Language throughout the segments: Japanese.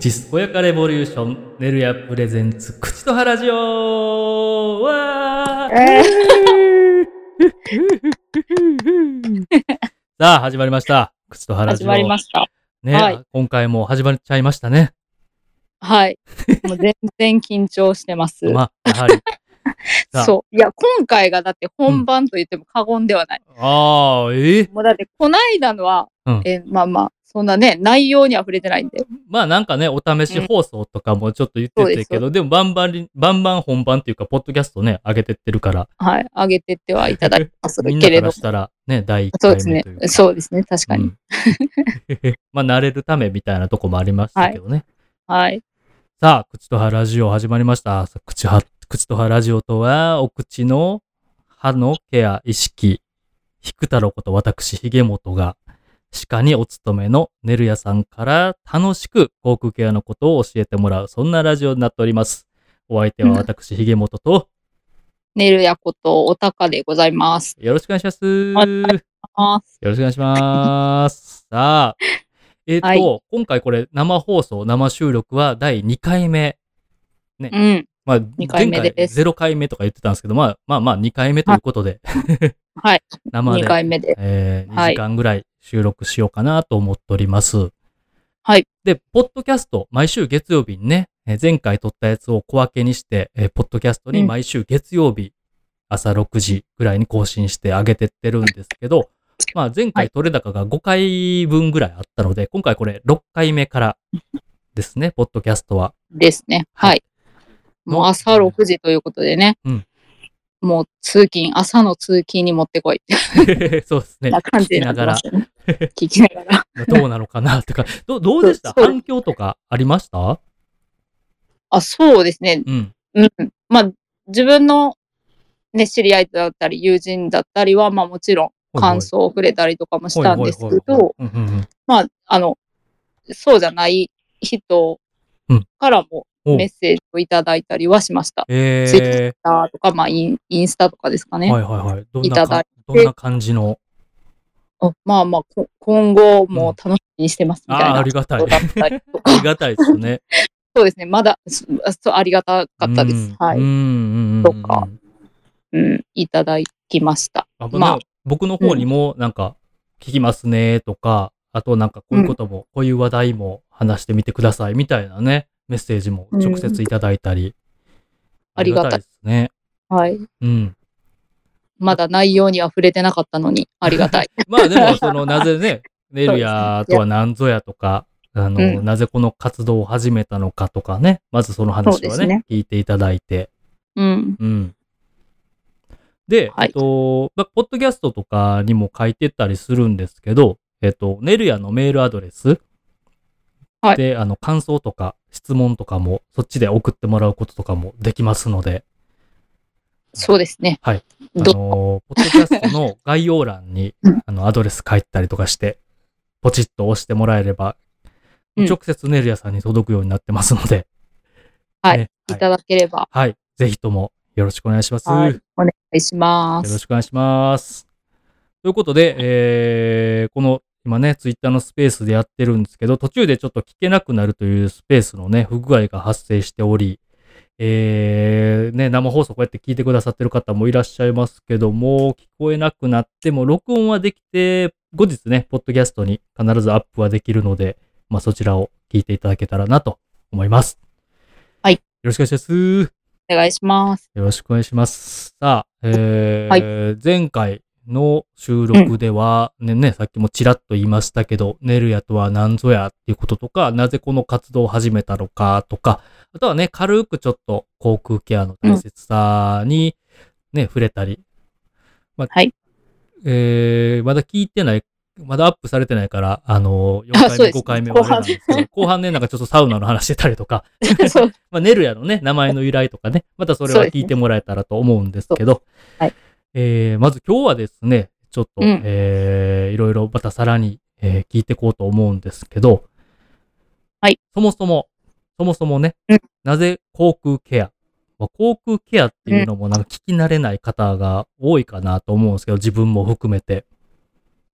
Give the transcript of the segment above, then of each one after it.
口すこやかレボリューションネルヤプレゼンツ口と葉ラジオわさあ始まりました口と葉ラジオ。 始まりましたね、 はい、 今回も始まっちゃいましたね。 はい。もう全然緊張してます。 やはりそう。いや、今回がだって本番と言っても過言ではない。もうだってこないだのは、そんなね、内容には触れてないんで。 なんかね、お試し放送とかもちょっと言ってたけど、でもバンバン本番っていうか、ポッドキャストね、上げてってるから。 はい、上げてってはいただきますみんなかけれど。 らしたらね、第1 そうですね回目というか。 そうですね、確かに。 慣れるためみたいなとこもありましたけどね。 はい。 さあ、口と葉ラジオ始まりました。口と葉ラジオとは、お口の歯のケア意識、ひくたろこと私、ひげもとが、歯科にお勤めのねるやさんから楽しく口腔ケアのことを教えてもらう、そんなラジオになっております。お相手は私、ひげもとと、 ねるやことおたかでございます。 よろしくお願いします。 よろしくお願いします。さあ、 はい、 今回これ生放送、生収録は第2回目。ね。 うん。2回前回目です。 0回目とか言ってたんですけど、2回目ということで、 はい。2 生で、 回目で。 2時間ぐらい収録しようかなと思っております。 はい。 で、ポッドキャスト、毎週月曜日にね、前回撮ったやつを小分けにして、ポッドキャストに毎週月曜日、朝6時ぐらいに更新して上げてってるんですけど、前回撮れ高が5回分ぐらいあったので、今回これ6回目からですね、ポッドキャストは。 ですね。はい。もう朝6時ということでね。もう朝の通勤に持ってこい。 そうですね。 聞きながら。聞きながら。 どうなのかなとか。どうでした反響とかありました？ そうですね。自分のね、知り合いだったり、友人だったりは、もちろん感想をくれたりとかもしたんですけど、そうじゃない人からもメッセージをいただいたりはしました。ツイッターとか、インスタとかですかね。いただいて。 どんな感じの？ 今後も楽しみにしてますみたいな。 ありがたい。ありがたいですね。 そうですね。まだ、ありがたかったです。はい。とか、いただきました。 僕の方にもなんか聞きますねとか、あとなんかこういうことも、こういう話題も話してみてくださいみたいなね、メッセージも直接いただいたり、ありがたいですね。 はい。まだ内容には触れてなかったのに、ありがたい。 でも、なぜね、ねるやとは何ぞやとか、なぜこの活動を始めたのかとかね、まずその話はね、聞いていただいて。で、ポッドキャストとかにも書いてたりするんですけど、ねるやのメールアドレスで、感想とか質問とかも、そっちで送ってもらうこととかもできますので。 そうですね。 はい。ポッドキャストの概要欄に、アドレス書いたりとかして、ポチッと押してもらえれば、直接ねるやさんに届くようになってますので。 はい。いただければ。 はい。ぜひともよろしくお願いします。 はい。お願いします。 よろしくお願いします。ということで、この今ね、ツイッターのスペースでやってるんですけど、途中でちょっと聞けなくなるというスペースのね、不具合が発生しており、生放送こうやって聞いてくださってる方もいらっしゃいますけども、聞こえなくなっても録音はできて、後日ね、ポッドキャストに必ずアップはできるので、そちらを聞いていただけたらなと思います。 はい。よろしくお願いします。 お願いします。 よろしくお願いします。さあ、前回の収録では、さっきもちらっと言いましたけど、ねるやとは何ぞやっていうこととか、なぜこの活動を始めたのかとか、あとはね、軽くちょっと口腔ケアの大切さにね、触れたり。まだ聞いてない、まだアップされてないから、4回目、5回目はあれなんですけど、後半ね、なんかちょっとサウナの話してたりとか、ねるやのね、名前の由来とかね、またそれは聞いてもらえたらと思うんですけど、まず今日はですね、ちょっと、いろいろまたさらに、聞いていこうと思うんですけど、そもそもね、なぜ口腔ケア？口腔ケアっていうのもなんか聞き慣れない方が多いかなと思うんですけど、自分も含めて。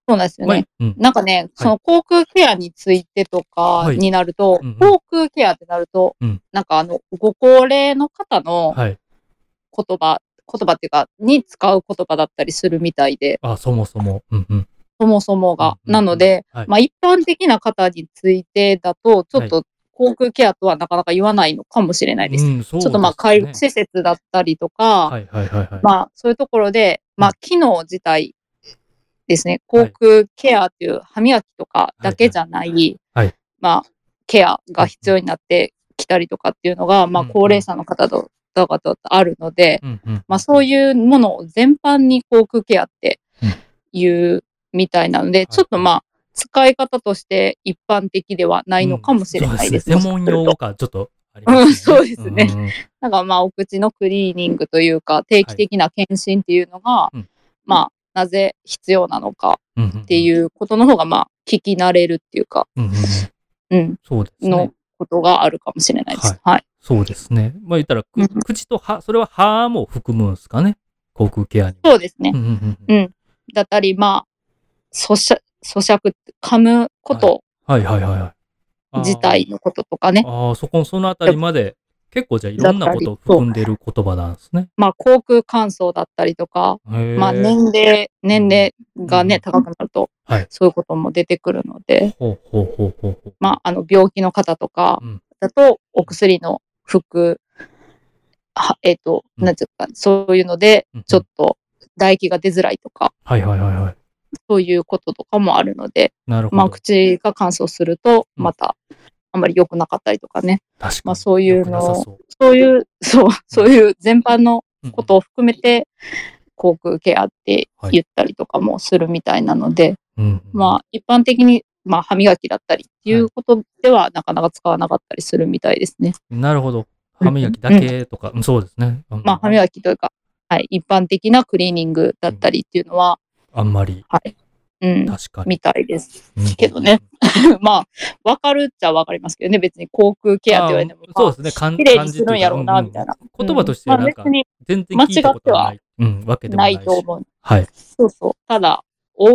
そうなんですよね。 うん。 なんかね、その口腔ケアについてとかになると、口腔ケアってなると、なんかご高齢の方の言葉っていうか、に使う言葉だったりするみたいで。 あ、そもそも。 そもそもが。なので、まあ一般的な方についてだと、ちょっと口腔ケアとはなかなか言わないのかもしれないです。ちょっとまあ介護施設だったりとか、まあそういうところで、まあ機能自体ですね、口腔ケアっていう歯磨きとかだけじゃない、まあケアが必要になってきたりとかっていうのが、まあ高齢者の方とかとあるので、まあそういうものを全般に口腔ケアっていうみたいなので、ちょっとまあ使い方として一般的ではないのかもしれないです。 専門用かちょっとありますね。 そうですね。なんかまあお口のクリーニングというか定期的な検診っていうのが、まあなぜ必要なのかっていうことの方がまあ聞き慣れるっていうか、 そうですね。 のことがあるかもしれないです。はい。 そうですね。まあ言ったら口と歯、それは歯も含むんですかね。口腔ケアに。 そうですね。だったりまあ咀嚼噛むこと自体のこととかね。 そのあたりまで結構じゃあいろんなことを含んでる言葉なんですね。 まあ口腔乾燥だったりとか、まあ年齢がね、高くなると、そういうことも出てくるので、まあ病気の方とかだとお薬の服、なんていうか、そういうので、ちょっと唾液が出づらいとか、そういうこととかもあるので、まあ口が乾燥すると、またあんまり良くなかったりとかね。まあそういうの、そういう全般のことを含めて、口腔ケアって言ったりとかもするみたいなので、まあ一般的にまあ歯磨きだったりっていうことではなかなか使わなかったりするみたいですね。 なるほど。歯磨きだけとか、そうですね。 まあ歯磨きというか、一般的なクリーニングだったりっていうのは、 あんまり。 確かに。みたいです。けどね。まあ、わかるっちゃわかりますけどね。別に口腔ケアって言われても。 そうですね。 綺麗にするんやろうな、みたいな。 言葉としてなんか、全然聞いたことはない。わけでもないと思う。そうそう。ただ、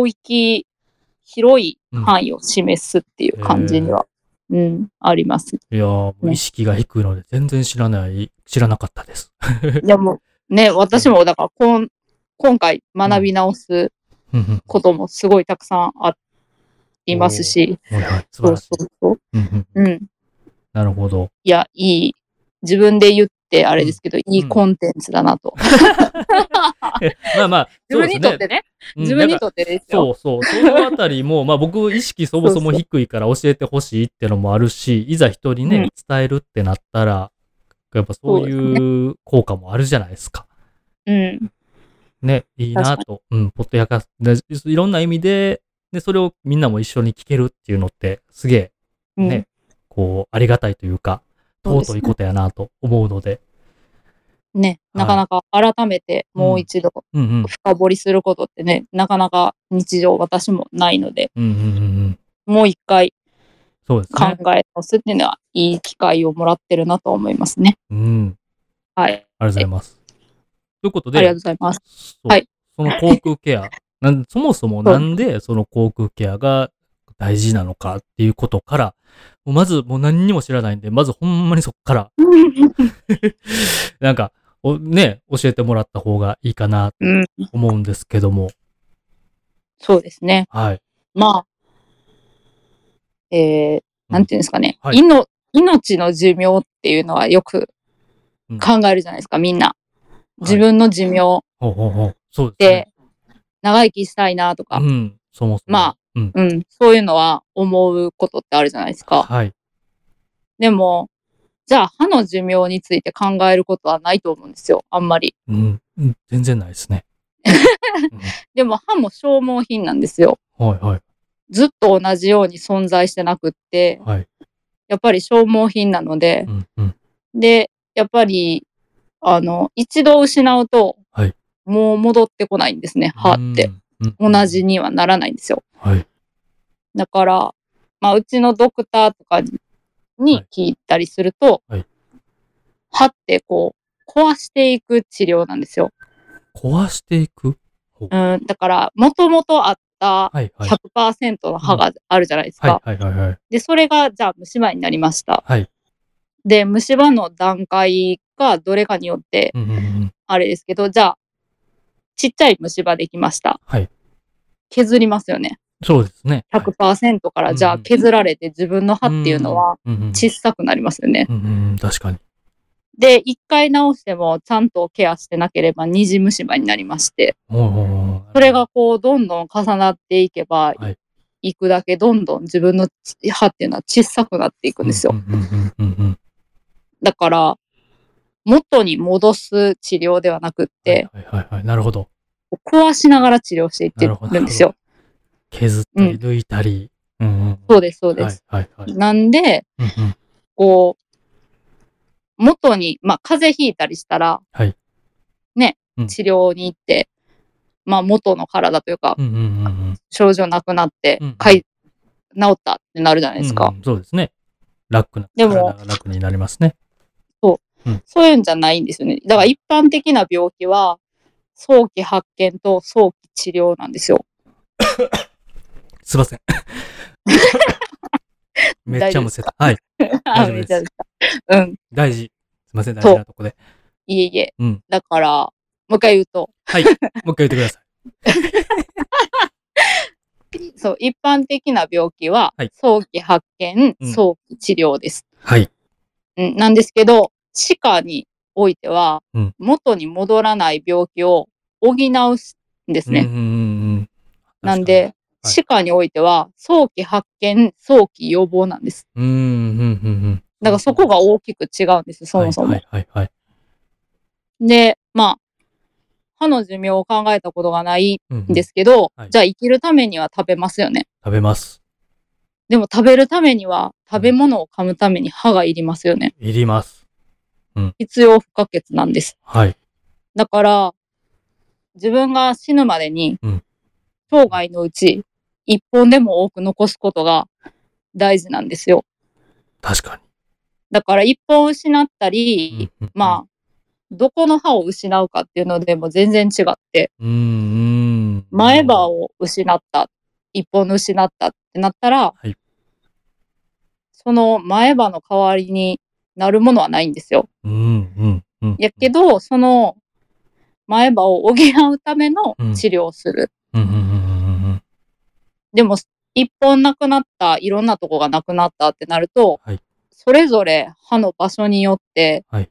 広い範囲を示すっていう感じには、あります。 いやもう意識が低いので、全然知らなかったです。 いやもう、ね、私もだから今回学び直すこともすごいたくさんありますし。 素晴らしい。なるほど。 いや、自分で言ってあれですけど、いいコンテンツだなと。 まあまあ、 自分にとってね。自分にとってですよ。 そのあたりも、まあ僕、意識そもそも低いから教えてほしいってのもあるし、いざ人にね、伝えるってなったら、やっぱそういう効果もあるじゃないですか。ね、いいなと。ポッドキャスト、いろんな意味で、それをみんなも一緒に聞けるっていうのって、すげえ、ね、こう、ありがたいというか、尊いことやなと思うので。 ね、なかなか改めてもう一度深掘りすることってね、なかなか日常私もないので、もう一回考え直すっていうのは、いい機会をもらってるなと思いますね。はい。 ありがとうございます。ということで、 ありがとうございます。 その口腔ケア、そもそもなんでその口腔ケアが大事なのかっていうことから、まずもう何にも知らないんで、まずほんまにそっから、なんか、ね、教えてもらった方がいいかなと思うんですけども。 そうですね。 はい。 まあ、なんていうんですかね。命の寿命っていうのはよく考えるじゃないですか、みんな。自分の寿命で長生きしたいなとか。まあ、そういうのは思うことってあるじゃないですか。でも、じゃあ歯の寿命について考えることはないと思うんですよ、あんまり。 全然ないですね。 でも歯も消耗品なんですよ。ずっと同じように存在してなくって、やっぱり消耗品なので、で、やっぱり、一度失うと、もう戻ってこないんですね、歯って。同じにはならないんですよ。だから、まあ、うちのドクターとかに聞いたりすると、歯ってこう、壊していく治療なんですよ。 壊していく？ だから、もともとあっったはいはい。 100% の歯があるじゃないですか。 はいはいはいはい。 で、それがじゃあ虫歯になりました。 はい。 で、虫歯の段階がどれかによって、 うんうんうん。 あれですけど、じゃあ、ちっちゃい虫歯できました。 はい。 削りますよね。 そうですね。はい。 100% からじゃあうん削られて自分の歯うん。 っていうのはうんうんうん。 小さくなりますよね。 うんうんうん。確かに。 で、一回直してもちゃんとケアしてなければ二次虫歯になりまして、 ほうほうほう。 それがこうどんどん重なっていけばはい。 いくだけどんどん自分の歯っていうのは小さくなっていくんですよ。 うんうんうんうんうん。 だから、元に戻す治療ではなくって、 はいはいはいはい。なるほど。 壊しながら治療していってなるほど。 るんですよ。 削ったり抜いたり。うんうんうん。 そうです、そうではいす。 はいはい。 なんで、 うんうん。 こう、元に、風邪ひいたりしたら、 はい。 ね、 うん。 治療に行って、元の体というか、 うんうんうんうん。 症状なくなってうんうん。 治ったってなるじゃないですか。 うんうん。そうですね。体でも、 が楽になりますね。うん。 そういうんじゃないんですよね。だから一般的な病気は、早期発見と早期治療なんですよ。 すいません。めっちゃむせた。はい。大丈夫です。 うん。 大事。すいません、大事なとこで。 いえいえ。 うん。 だから、もう一回言うと。 はい。もう一回言ってください。 そう、一般的な病気は、 はい。 早期発見、 うん。 早期治療です。 はい。 なんですけど、歯科においては、 うん。 元に戻らない病気を補うんですね。なんで、 はい。 歯科においては、早期発見、早期予防なんです。だからそこが大きく違うんです、そもそも。 はいはいはいはい。 で、歯の寿命を考えたことがないうんんですけど、 はい。 じゃあ生きるためには食べますよね。 食べます。 でも食べるためには、食べ物を噛むために歯がいりますよね。 いります。うん。 必要不可欠なんです。 はい。 だから、自分が死ぬまでに、 うん。 生涯のうち、一本でも多く残すことが大事なんですよ。 確かに。 だから一本失ったり、 うんうんうん。 どこの歯を失うかっていうのでも全然違って、前歯を失った、一本失ったってなったら、 はい。 その前歯の代わりになるものはないんですよ。やけど、その前歯を補うための治療をする。でも、一本なくなった、いろんなとこがなくなったってなると、 はい。 それぞれ歯の場所によって、 はい。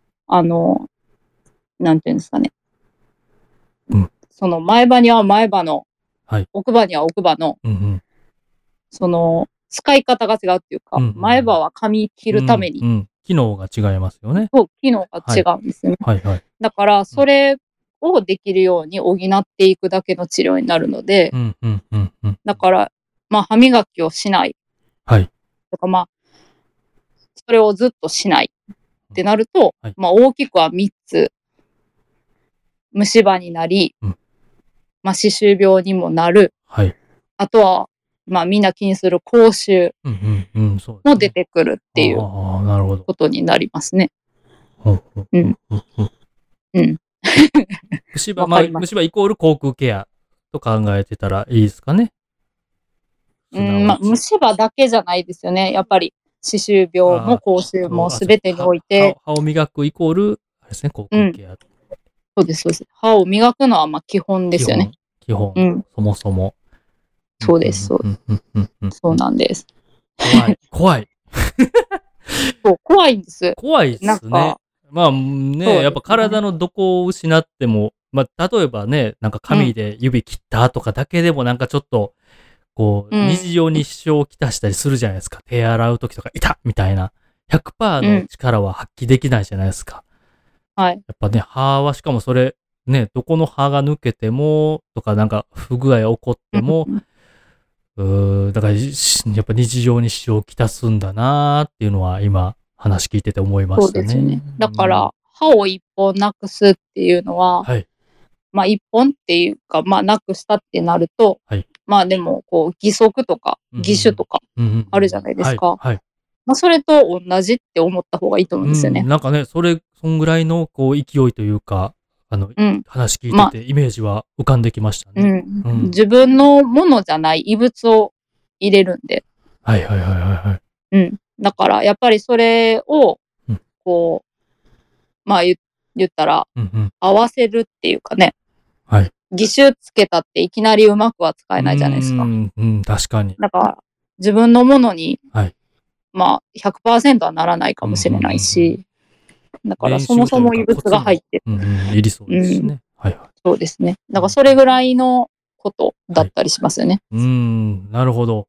なんていうんですかね。 うん。 その前歯には前歯の、 はい。 奥歯には奥歯の、その、使い方が違うっていうか、前歯は噛み切るために、 機能が違いますよね。 そう、機能が違うんですよね。 はいはい。 だから、それをできるように補っていくだけの治療になるので、だから、歯磨きをしない。 はい。 とか、それをずっとしないってなると、 はい。 大きくは3つ、虫歯になり、歯周病にもなる。 はい。 あとは、みんな気にする口臭も出てくるっていうことになりますね。 虫歯イコール口腔ケアと考えてたらいいですかね。 虫歯だけじゃないですよね。やっぱり、歯周病も口臭も全てにおいて。 歯を磨くイコール、あれですね、口腔ケア。 そうです、そうです。歯を磨くのは基本ですよね。 基本。そもそも。 そうです、そうです。そうなんです。 怖い。 そう、怖いんです。 怖いっすね。やっぱ体のどこを失っても、例えばね、なんか紙で指切ったとかだけでもなんかちょっと、日常に支障をきたしたりするじゃないですか。手洗うときとか、痛っみたいな。100% の力は発揮できないじゃないですか。 はい。 やっぱね、歯はしかもそれ、ね、どこの歯が抜けても、とかなんか不具合起こっても、だから、やっぱ日常に支障をきたすんだなーっていうのは今、話聞いてて思いましたね。 そうですね。だから、歯を一本なくすっていうのは、 はい。 一本っていうか、なくしたってなると、 はい。 でも、義足とか、義手とか、あるじゃないですか。 はい。 それと同じって思った方がいいと思うんですよね。 なんかね、そんぐらいの、勢いというか、 話聞いててイメージは浮かんできましたね。 自分のものじゃない異物を入れるんで。 はいはいはいはいはい。 だからやっぱりそれを、こう、まあ言ったら、合わせるっていうかね。 はい。 義手つけたっていきなりうまくは使えないじゃないですか。 確かに。 だから自分のものに、 はい、 まあ 100% はならないかもしれないし、だからそもそも異物が入ってる。 いりそうですね。はいはい。 そうですね。だからそれぐらいのことだったりしますよね。 なるほど。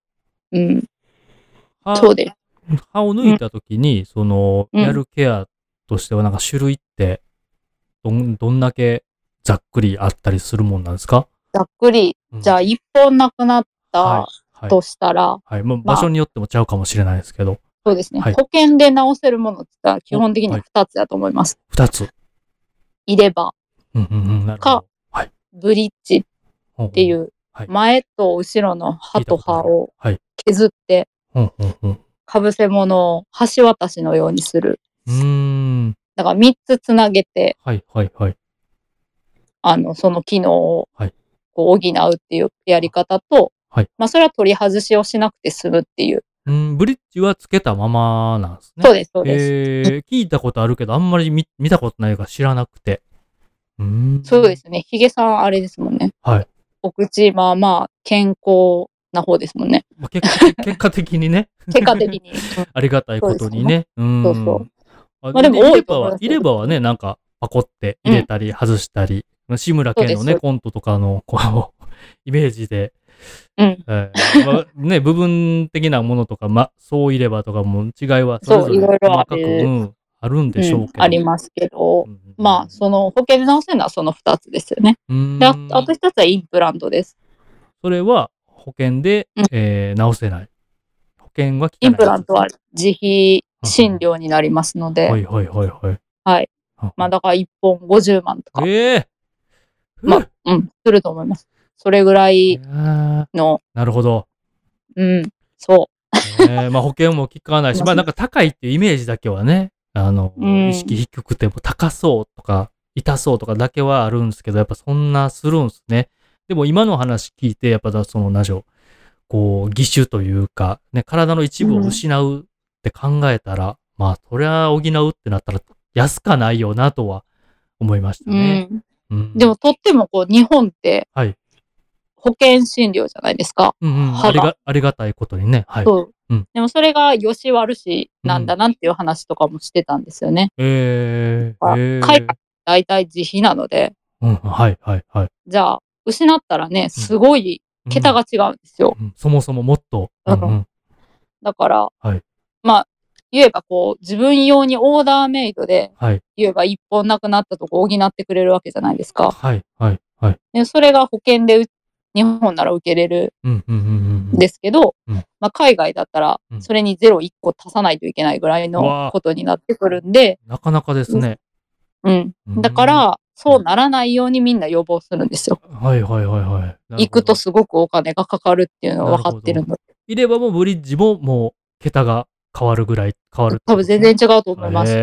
そうです。 歯を抜いたときに、やるケアとしては、なんか種類って、どんだけざっくりあったりするもんなんですか？ ざっくり。じゃあ、一本なくなったとしたら。 はい。場所によってもちゃうかもしれないですけど。 そうですね。保険で治せるものって言ったら、基本的に2つだと思います。 2つ。 入れ歯。か、ブリッジっていう、前と後ろの歯と歯を削って、かぶせ物を橋渡しのようにする。だから3つつなげて、その機能をこう補うっていうやり方と、まあそれは取り外しをしなくて済むっていう。 ブリッジはつけたままなんですね。 そうです、そうです。 聞いたことあるけど、あんまり見たことないから知らなくて。 そうですね。ヒゲさんあれですもんね。お口、まあまあ健康な方ですもんね。 結果的にね。 結果的に。 ありがたいことにね。 そうそう。 まあでも多いと思います。入れ歯はね、なんかパコって入れたり外したり、志村けんのね、コントとかのこうイメージで、部分的なものとか、そういればとかも違いはそれぞれ細かくあるんでしょうけど。 ありますけど、まあその保険で治せるのはその2つですよね。で、あと1つはインプラントです。 それは保険で治せない。保険はインプラントは自費診療になりますので。はい。まあだから1本50万とか。まあ、すると思います。それぐらいの。 なるほど。 そう。 まあ保険も効かないし、まあなんか高いっていうイメージだけはね、意識低くても高そうとか、痛そうとかだけはあるんですけど、やっぱそんなするんですね。でも今の話聞いて、やっぱこう、義手というか、ね、体の一部を失うって考えたら、まあ、そりゃ補うってなったら安かないよなとは思いましたね。 でもとってもこう、日本って、保険診療じゃないですか。 ありがたいことにね。 でもそれが良し悪しなんだなっていう話とかもしてたんですよね。海外大体自費なので。じゃあ、失ったらね、すごい桁が違うんですよ。 そもそももっと。 だから、まあ、言えばこう、自分用にオーダーメイドで、言えば一本なくなったとこ補ってくれるわけじゃないですか。でそれが保険で日本なら受けれるんですけど、まあ、海外だったら、それに0、1個足さないといけないぐらいのことになってくるんで。 なかなかですね。 だから、そうならないようにみんな予防するんですよ。行くとすごくお金がかかるっていうのは分かってるので。 いればもブリッジももう桁が変わるぐらい変わる。 多分全然違うと思います。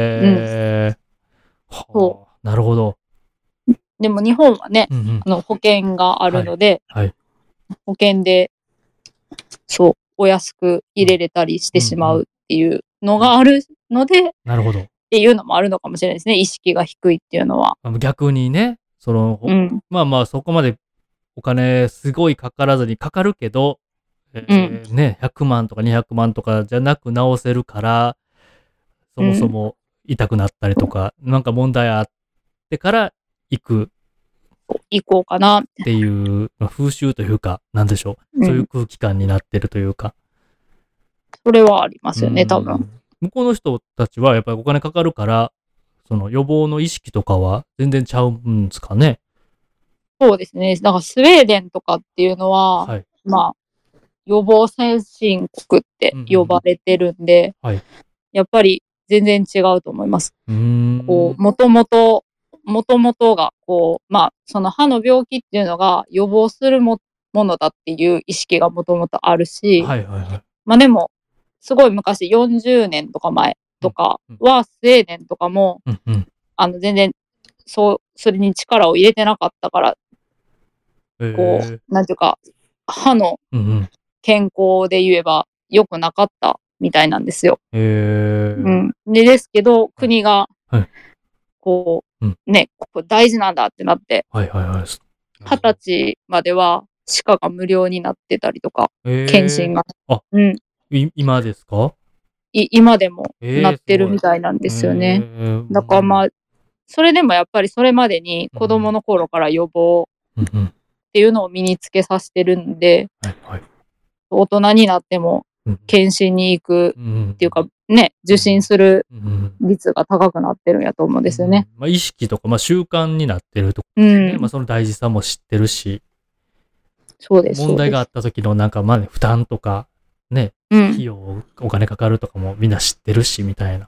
そう。なるほど。 でも日本はね、保険があるので、保険で、そう、お安く入れれたりしてしまうっていうのがあるので、 なるほど。 っていうのもあるのかもしれないですね。意識が低いっていうのは。 逆にね、まあまあそこまでお金すごいかからずにかかるけど、ね、100万とか200万とかじゃなく治せるから、そもそも痛くなったりとか、なんか問題あってから行こうかなっていう、風習というか、なんでしょう。そういう空気感になってるというか。 それはありますよね、多分。 向こうの人たちはやっぱりお金かかるから、その予防の意識とかは全然ちゃうんですかね。 そうですね。だからスウェーデンとかっていうのは、まあ、予防先進国って呼ばれてるんで、やっぱり全然違うと思います。こう、もともとが、こう、まあ、その歯の病気っていうのが予防するものだっていう意識がもともとあるし、まあでも、すごい昔、40年とか前とかは、スウェーデンとかも、全然それに力を入れてなかったから、こう、なんていうか、歯の健康で言えば良くなかったみたいなんですよ。ですけど、国が、こう、ね、ここ大事なんだってなって、20歳までは歯科が無料になってたりとか、検診が。 今ですか？ 今でもなってるみたいなんですよね。だからまあ、それでもやっぱりそれまでに子供の頃から予防っていうのを身につけさせてるんで、大人になっても検診に行くっていうかね、受診する率が高くなってるんやと思うんですよね。 意識とか、習慣になってるとこですね。その大事さも知ってるし、 そうです。 問題があった時の負担とか、ね、費用、お金かかるとかもみんな知ってるし、みたいな。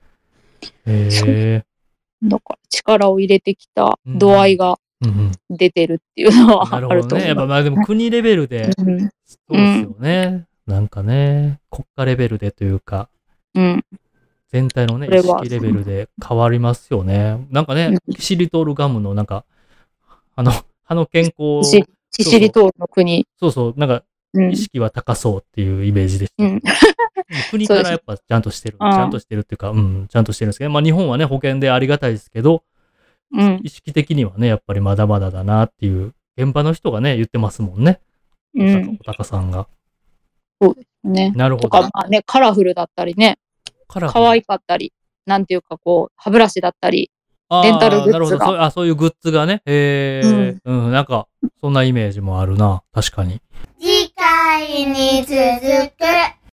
だから力を入れてきた度合いが出てるっていうのはあると思う。 なるほどね。でも国レベルで、そうですよね。なんかね、国家レベルでというか、全体のね、意識レベルで変わりますよね。なんかね、キシリトールガムの歯の健康。 キシリトールの国。 そう、意識は高そうっていうイメージでした。国からやっぱちゃんとしてる。ちゃんとしてるっていうか、ちゃんとしてるんですけど、日本はね、保険でありがたいですけど、意識的にはね、やっぱりまだまだだなっていう、現場の人がね、言ってますもんね。おたかさんが。 そうですね。 なるほど。 とか、ね、カラフルだったりね。可愛かったり、なんていうかこう、歯ブラシだったり、デンタルグッズが。なるほど。そういうグッズがね。なんか、そんなイメージもあるな。確かに。 次回に続く。